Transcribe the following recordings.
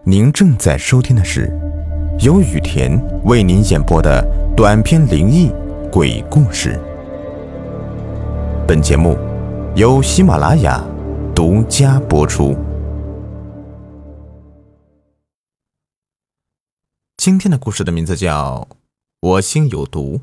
您正在收听的是由雨田为您演播的短篇灵异鬼故事。本节目由喜马拉雅独家播出。今天的故事的名字叫我心有毒。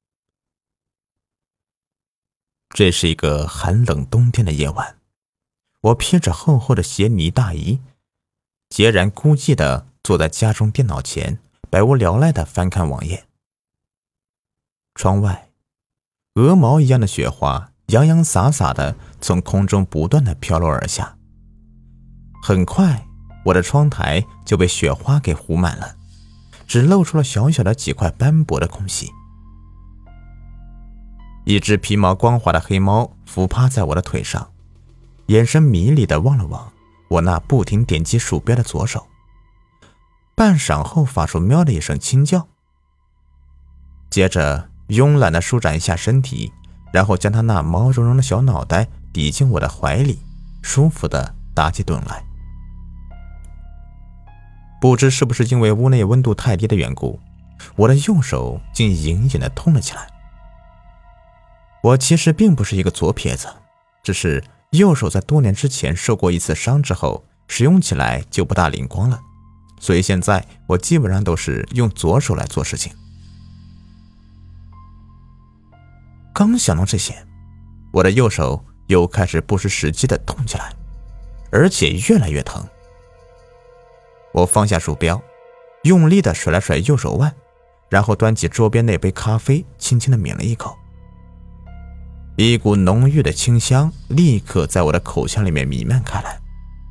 这是一个寒冷冬天的夜晚，我披着厚厚的鞋呢大衣，孑然孤寂地坐在家中电脑前，百无聊赖地翻看网页。窗外鹅毛一样的雪花洋洋洒洒地从空中不断地飘落而下，很快我的窗台就被雪花给糊满了，只露出了小小的几块斑驳的空隙。一只皮毛光滑的黑猫伏趴在我的腿上，眼神迷离地望了望我那不停点击鼠标的左手，半晌后发出喵的一声轻叫，接着慵懒地舒展一下身体，然后将它那毛茸茸的小脑袋抵进我的怀里，舒服地打起盹来。不知是不是因为屋内温度太低的缘故，我的右手竟隐隐地痛了起来。我其实并不是一个左撇子，只是右手在多年之前受过一次伤之后，使用起来就不大灵光了，所以现在我基本上都是用左手来做事情。刚想到这些，我的右手又开始不失时机地痛起来，而且越来越疼。我放下鼠标，用力地甩了甩右手腕，然后端起桌边那杯咖啡，轻轻地抿了一口。一股浓郁的清香立刻在我的口腔里面弥漫开来。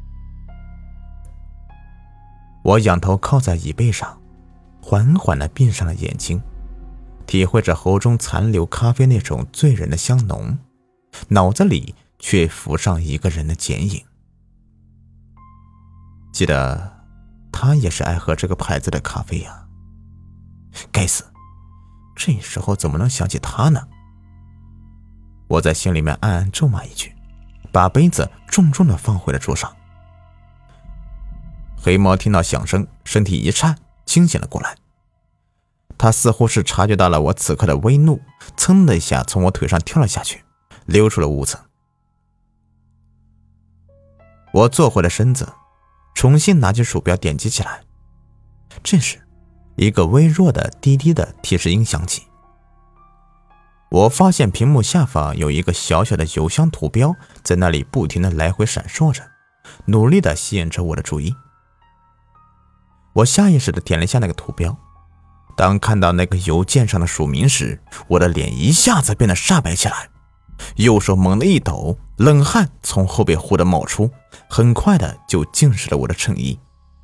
我仰头靠在椅背上，缓缓地闭上了眼睛，体会着喉中残留咖啡那种醉人的香浓，脑子里却浮上一个人的剪影。记得他也是爱喝这个牌子的咖啡呀。该死，这时候怎么能想起他呢？我在心里面暗暗咒骂一句，把杯子重重地放回了桌上。黑猫听到响声，身体一颤，清醒了过来。他似乎是察觉到了我此刻的微怒，噌的一下从我腿上跳了下去，溜出了屋子。我坐回了身子，重新拿起鼠标点击起来。这时一个微弱的滴滴的提示音响起，我发现屏幕下方有一个小小的邮箱图标在那里不停地来回闪烁着，努力地吸引着我的注意。我下意识地点了一下那个图标，当看到那个邮件上的署名时，我的脸一下子变得煞白起来，右手猛地一抖，冷汗从后背忽地冒出，很快的就浸湿了我的衬衣。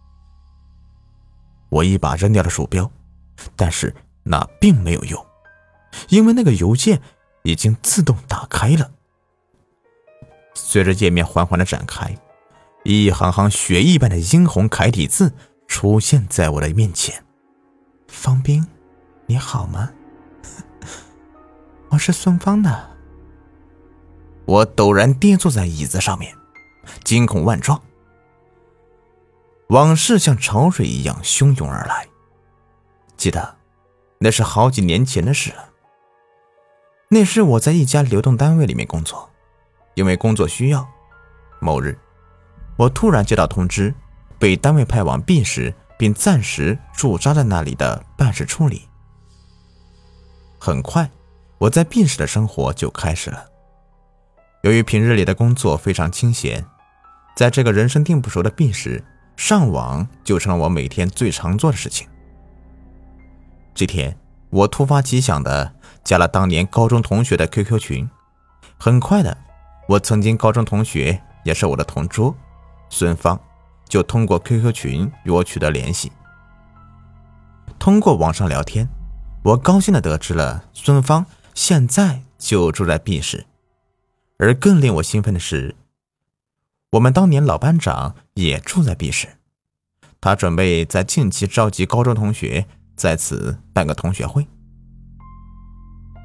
我一把扔掉了鼠标，但是那并没有用，因为那个邮件已经自动打开了。随着页面缓缓地展开，一行行血一般的殷红楷体字出现在我的面前。方斌，你好吗？我是孙芳的。我陡然跌坐在椅子上面，惊恐万状。往事像潮水一样汹涌而来，记得那是好几年前的事了。那时我在一家流动单位里面工作，因为工作需要，某日我突然接到通知，被单位派往 B 市，并暂时驻扎在那里的办事处里。很快我在 B 市的生活就开始了。由于平日里的工作非常清闲，在这个人生地不熟的 B 市，上网就成了我每天最常做的事情。这天我突发奇想的加了当年高中同学的 QQ 群，很快的，我曾经高中同学也是我的同桌孙芳就通过 QQ 群与我取得联系。通过网上聊天，我高兴的得知了孙芳现在就住在 B 市，而更令我兴奋的是，我们当年老班长也住在 B 市，他准备在近期召集高中同学在此办个同学会。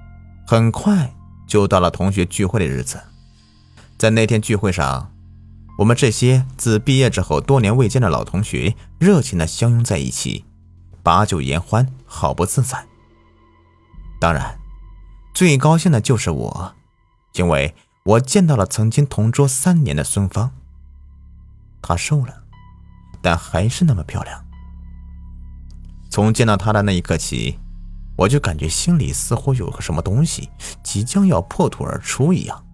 很快就到了同学聚会的日子，在那天聚会上， 我们这些自毕业之后多年未见的老同学热情地相拥在一起，把酒言欢，好不自在。当然，最高兴的就是我，因为我见到了曾经同桌3年的孙芳。她瘦了，但还是那么漂亮。从见到她的那一刻起，我就感觉心里似乎有个什么东西即将要破土而出一样。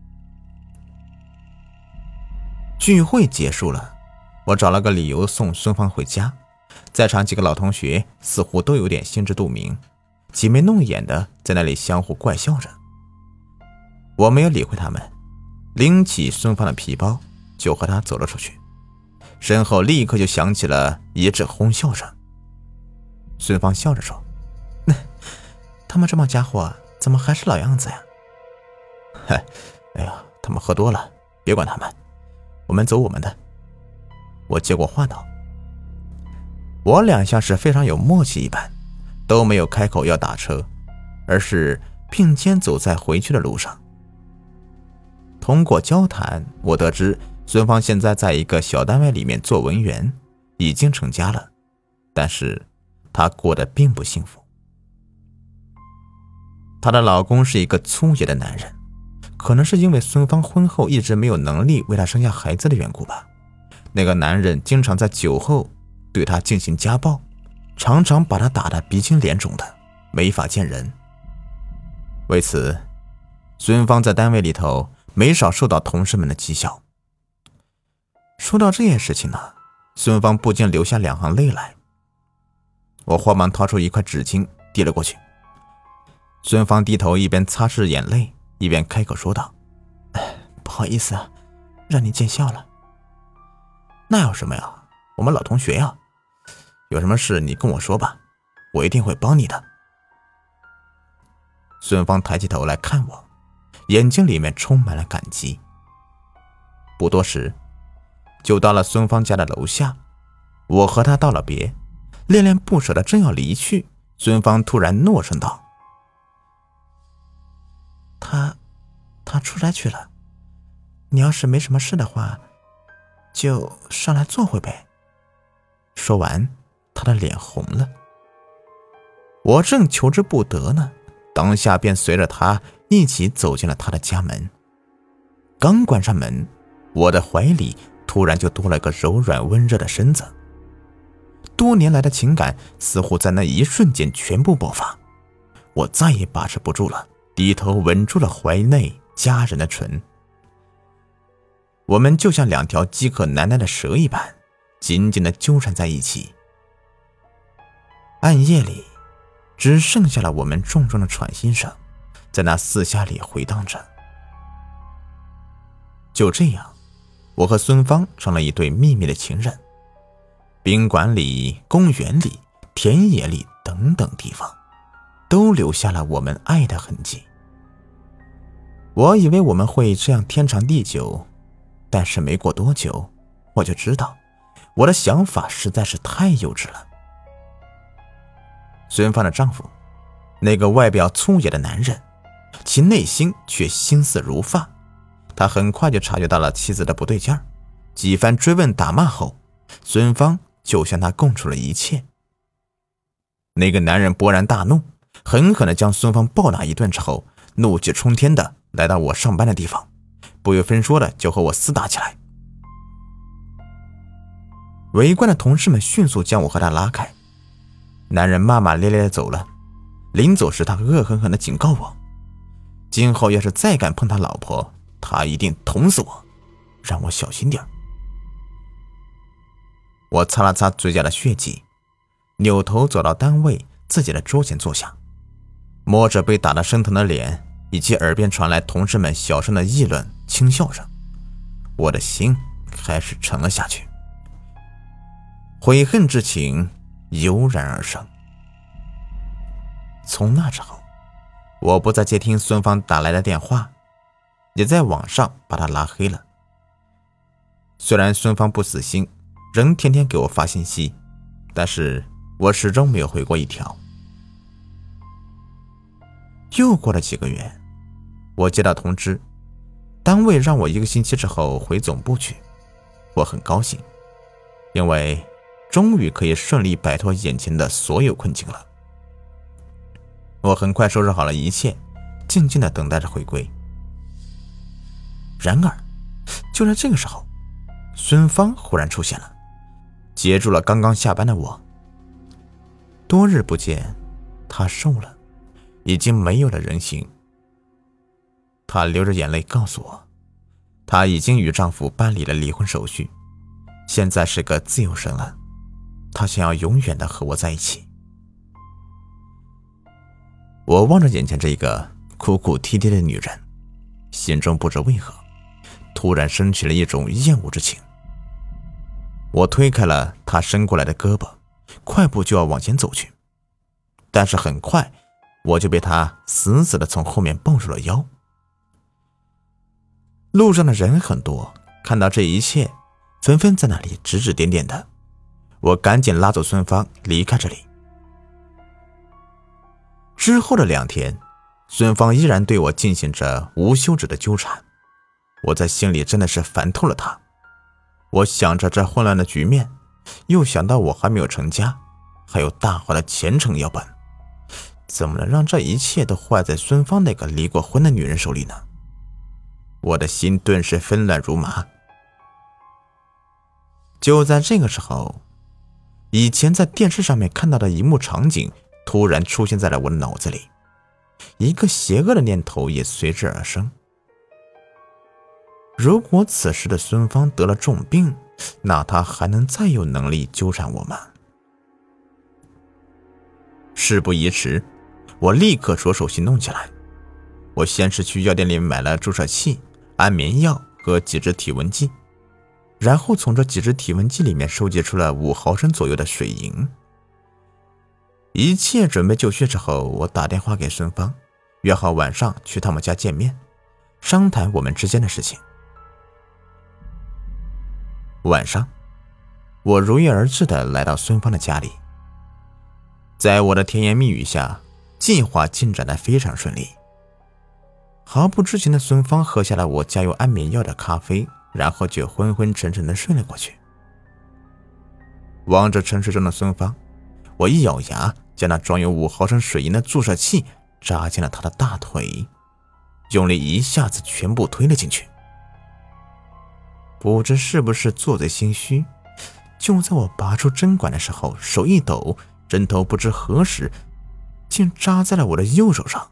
聚会结束了，我找了个理由送孙芳回家。在场几个老同学似乎都有点心知肚明，挤眉弄眼的在那里相互怪笑着。我没有理会他们，拎起孙芳的皮包就和他走了出去，身后立刻就响起了一阵哄笑声。孙芳笑着说：“他们这帮家伙怎么还是老样子呀？”“哎呀，他们喝多了，别管他们，我们走我们的。”我接过话道。我俩像是非常有默契一般，都没有开口要打车，而是并肩走在回去的路上。通过交谈，我得知孙芳现在在一个小单位里面做文员，已经成家了，但是她过得并不幸福。她的老公是一个粗野的男人，可能是因为孙芳婚后一直没有能力为她生下孩子的缘故吧。那个男人经常在酒后对她进行家暴，常常把她打得鼻青脸肿的，没法见人。为此，孙芳在单位里头没少受到同事们的讥笑。说到这件事情呢，孙芳不禁流下2行泪来。我慌忙掏出一块纸巾递了过去。孙芳低头一边擦拭眼泪，一边开口说道：“不好意思啊，让你见笑了。”“那有什么呀，我们老同学呀，有什么事你跟我说吧，我一定会帮你的。”孙芳抬起头来看我，眼睛里面充满了感激。不多时，就到了孙芳家的楼下。我和她道了别，恋恋不舍的正要离去，孙芳突然诺声道：“他出差去了，你要是没什么事的话，就上来坐会呗。”说完，他的脸红了。我正求之不得呢，当下便随着他一起走进了他的家门。刚关上门，我的怀里突然就多了个柔软温热的身子。多年来的情感似乎在那一瞬间全部爆发，我再也把持不住了，低头吻住了怀内家人的唇。我们就像2条饥渴难耐的蛇一般，紧紧地纠缠在一起。暗夜里，只剩下了我们重重的喘息声，在那四下里回荡着。就这样，我和孙芳成了一对秘密的情人。宾馆里、公园里、田野里等等地方，都留下了我们爱的痕迹。我以为我们会这样天长地久，但是没过多久，我就知道我的想法实在是太幼稚了。孙芳的丈夫，那个外表粗野的男人，其内心却心思如发。他很快就察觉到了妻子的不对劲儿，几番追问打骂后，孙芳就向他供出了一切。那个男人勃然大怒，狠狠地将孙芳暴打一顿之后，怒气冲天的来到我上班的地方，不由分说的就和我厮打起来。围观的同事们迅速将我和他拉开，男人骂骂咧咧的走了。临走时，他恶狠狠地警告我，今后要是再敢碰他老婆，他一定捅死我，让我小心点。我擦了擦嘴角的血迹，扭头走到单位自己的桌前坐下，摸着被打得生疼的脸，以及耳边传来同事们小声的议论轻笑声，我的心开始沉了下去，悔恨之情油然而生。从那之后，我不再接听孙芳打来的电话，也在网上把他拉黑了。虽然孙芳不死心，仍天天给我发信息，但是我始终没有回过一条。又过了几个月，我接到通知，单位让我1个星期之后回总部去， 我很高兴，因为终于可以顺利摆脱眼前的所有困境了。我很快收拾好了一切，静静地等待着回归。然而就在这个时候，孙芳忽然出现了，截住了刚刚下班的我。多日不见，她瘦了，已经没有了人形。她流着眼泪告诉我，她已经与丈夫办理了离婚手续，现在是个自由身了，她想要永远的和我在一起。我望着眼前这一个哭哭啼啼的女人，心中不知为何突然升起了一种厌恶之情。我推开了她伸过来的胳膊，快步就要往前走去，但是很快我就被她死死地从后面抱住了腰。路上的人很多，看到这一切纷纷在那里指指点点的，我赶紧拉走孙芳离开这里。之后的2天，孙芳依然对我进行着无休止的纠缠，我在心里真的是烦透了她。我想着这混乱的局面，又想到我还没有成家，还有大好的前程要办，怎么能让这一切都坏在孙芳那个离过婚的女人手里呢？我的心顿时纷乱如麻。就在这个时候，以前在电视上面看到的一幕场景突然出现在了我的脑子里，一个邪恶的念头也随之而生。如果此时的孙芳得了重病，那她还能再有能力纠缠我吗？事不宜迟，我立刻着手行动起来。我先是去药店里买了注射器、安眠药和几支体温计，然后从这几支体温计里面收集出了5毫升左右的水银。一切准备就绪之后，我打电话给孙芳，约好晚上去他们家见面，商谈我们之间的事情。晚上，我如约而至的来到孙芳的家里。在我的甜言蜜语下，计划进展得非常顺利。毫不知情的孙芳喝下了我加有安眠药的咖啡，然后就昏昏沉沉的睡了过去。望着沉睡中的孙芳，我一咬牙，将那装有5毫升水银的注射器扎进了他的大腿，用力一下子全部推了进去。不知是不是做贼心虚，就在我拔出针管的时候，手一抖，针头不知何时竟扎在了我的右手上。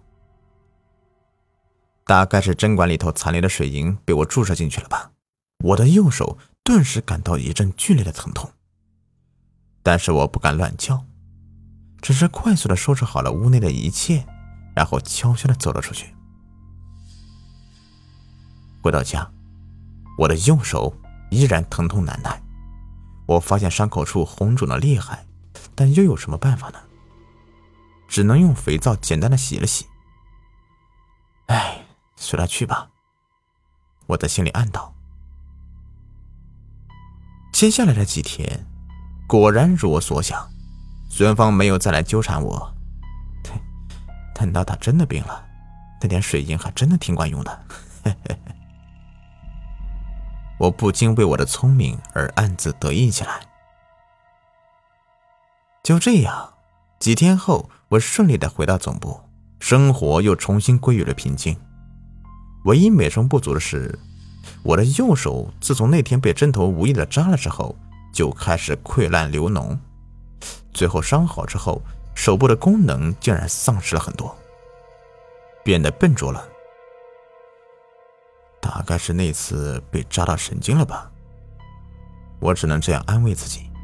大概是针管里头残留的水银被我注射进去了吧，我的右手顿时感到一阵剧烈的疼痛。但是我不敢乱叫，只是快速地收拾好了屋内的一切，然后悄悄地走了出去。回到家，我的右手依然疼痛难耐，我发现伤口处红肿的厉害，但又有什么办法呢？只能用肥皂简单的洗了洗。随他去吧，我在心里暗道。接下来的几天，果然如我所想，孙芳没有再来纠缠我。等到他真的病了，那点水银还真的挺管用的。我不禁为我的聪明而暗自得意起来。就这样，几天后，我顺利地回到总部，生活又重新归于了平静。唯一美中不足的是，我的右手自从那天被针头无意的扎了之后，就开始溃烂流脓，最后伤好之后，手部的功能竟然丧失了很多，变得笨拙了。大概是那次被扎到神经了吧，我只能这样安慰自己。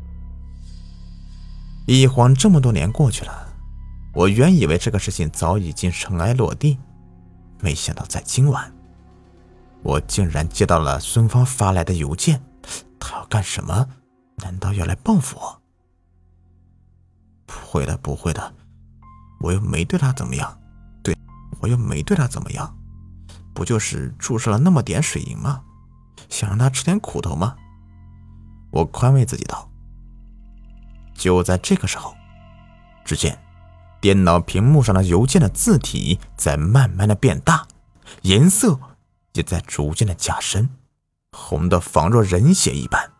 一晃这么多年过去了，我原以为这个事情早已经尘埃落地，没想到在今晚，我竟然接到了孙芳发来的邮件。他要干什么？难道要来报复我？不会的，不会的，我又没对他怎么样。对，我又没对他怎么样，不就是注射了那么点水银吗？想让他吃点苦头吗？我宽慰自己道。就在这个时候，只见电脑屏幕上的邮件的字体在慢慢的变大，颜色也在逐渐的加深。 红得仿若人血一般。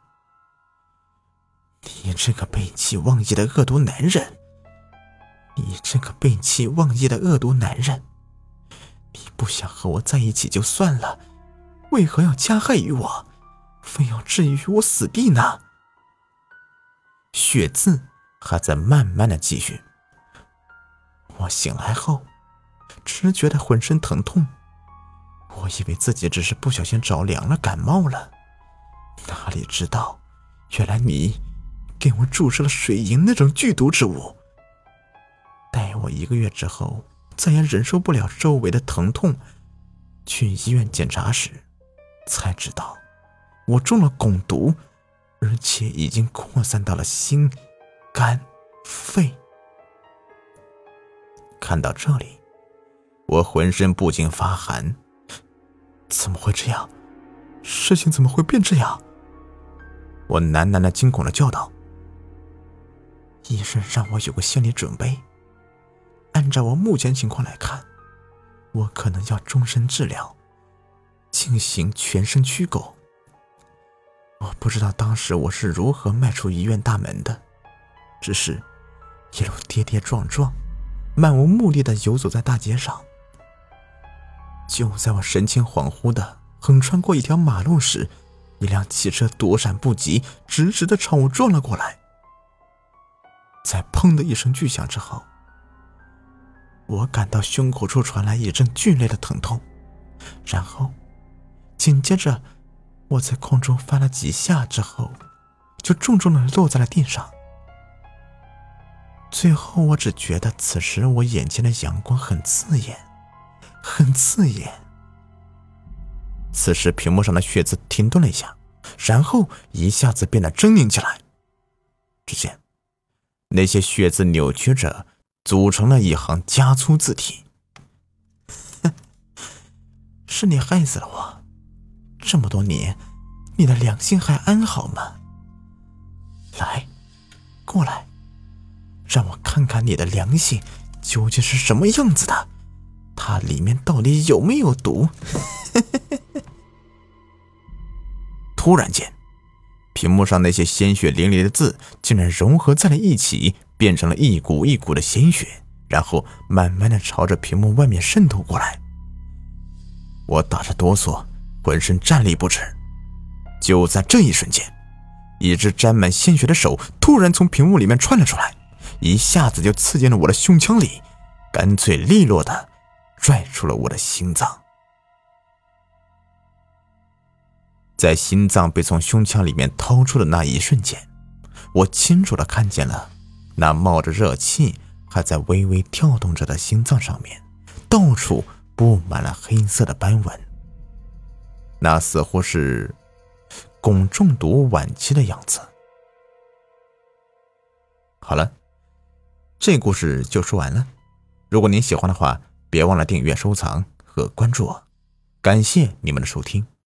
你这个背弃忘义的恶毒男人！你这个背弃忘义的恶毒男人！你不想和我在一起就算了，为何要加害于我，非要置于我死地呢？血渍还在慢慢的继续。我醒来后，只觉得浑身疼痛，我以为自己只是不小心着凉了，感冒了，哪里知道，原来你给我注射了水银那种剧毒之物。待我1个月之后，再也忍受不了周围的疼痛，去医院检查时，才知道我中了汞毒，而且已经扩散到了心、肝、肺。看到这里，我浑身不禁发寒。怎么会这样？事情怎么会变这样？我喃喃地惊恐地叫道。医生让我有个心理准备，按照我目前情况来看，我可能要终身治疗，进行全身驱狗。我不知道当时我是如何迈出医院大门的，只是一路跌跌撞撞，漫无目的地游走在大街上。就在我神情恍惚地横穿过一条马路时，一辆汽车躲闪不及，直直地朝我撞了过来。在砰的一声巨响之后，我感到胸口处传来一阵剧烈的疼痛，然后紧接着我在空中翻了几下之后，就重重地落在了地上。最后我只觉得此时我眼前的阳光很刺眼，很刺眼。此时屏幕上的血渍停顿了一下，然后一下子变得狰狞起来。只见那些血渍扭曲着组成了一行加粗字体。是你害死了我，这么多年你的良心还安好吗？来，过来，让我看看你的良心究竟是什么样子的，它里面到底有没有毒？突然间，屏幕上那些鲜血淋漓的字竟然融合在了一起，变成了一股一股的鲜血，然后慢慢的朝着屏幕外面渗透过来。我打着哆嗦，浑身站立不止。就在这一瞬间，一只沾满鲜血的手突然从屏幕里面窜了出来，一下子就刺进了我的胸腔里，干脆利落的拽出了我的心脏。在心脏被从胸腔里面掏出的那一瞬间，我清楚地看见了那冒着热气还在微微跳动着的心脏上面，到处布满了黑色的斑纹，那似乎是汞中毒晚期的样子。好了，这故事就说完了。如果您喜欢的话，别忘了订阅、收藏和关注我。感谢你们的收听。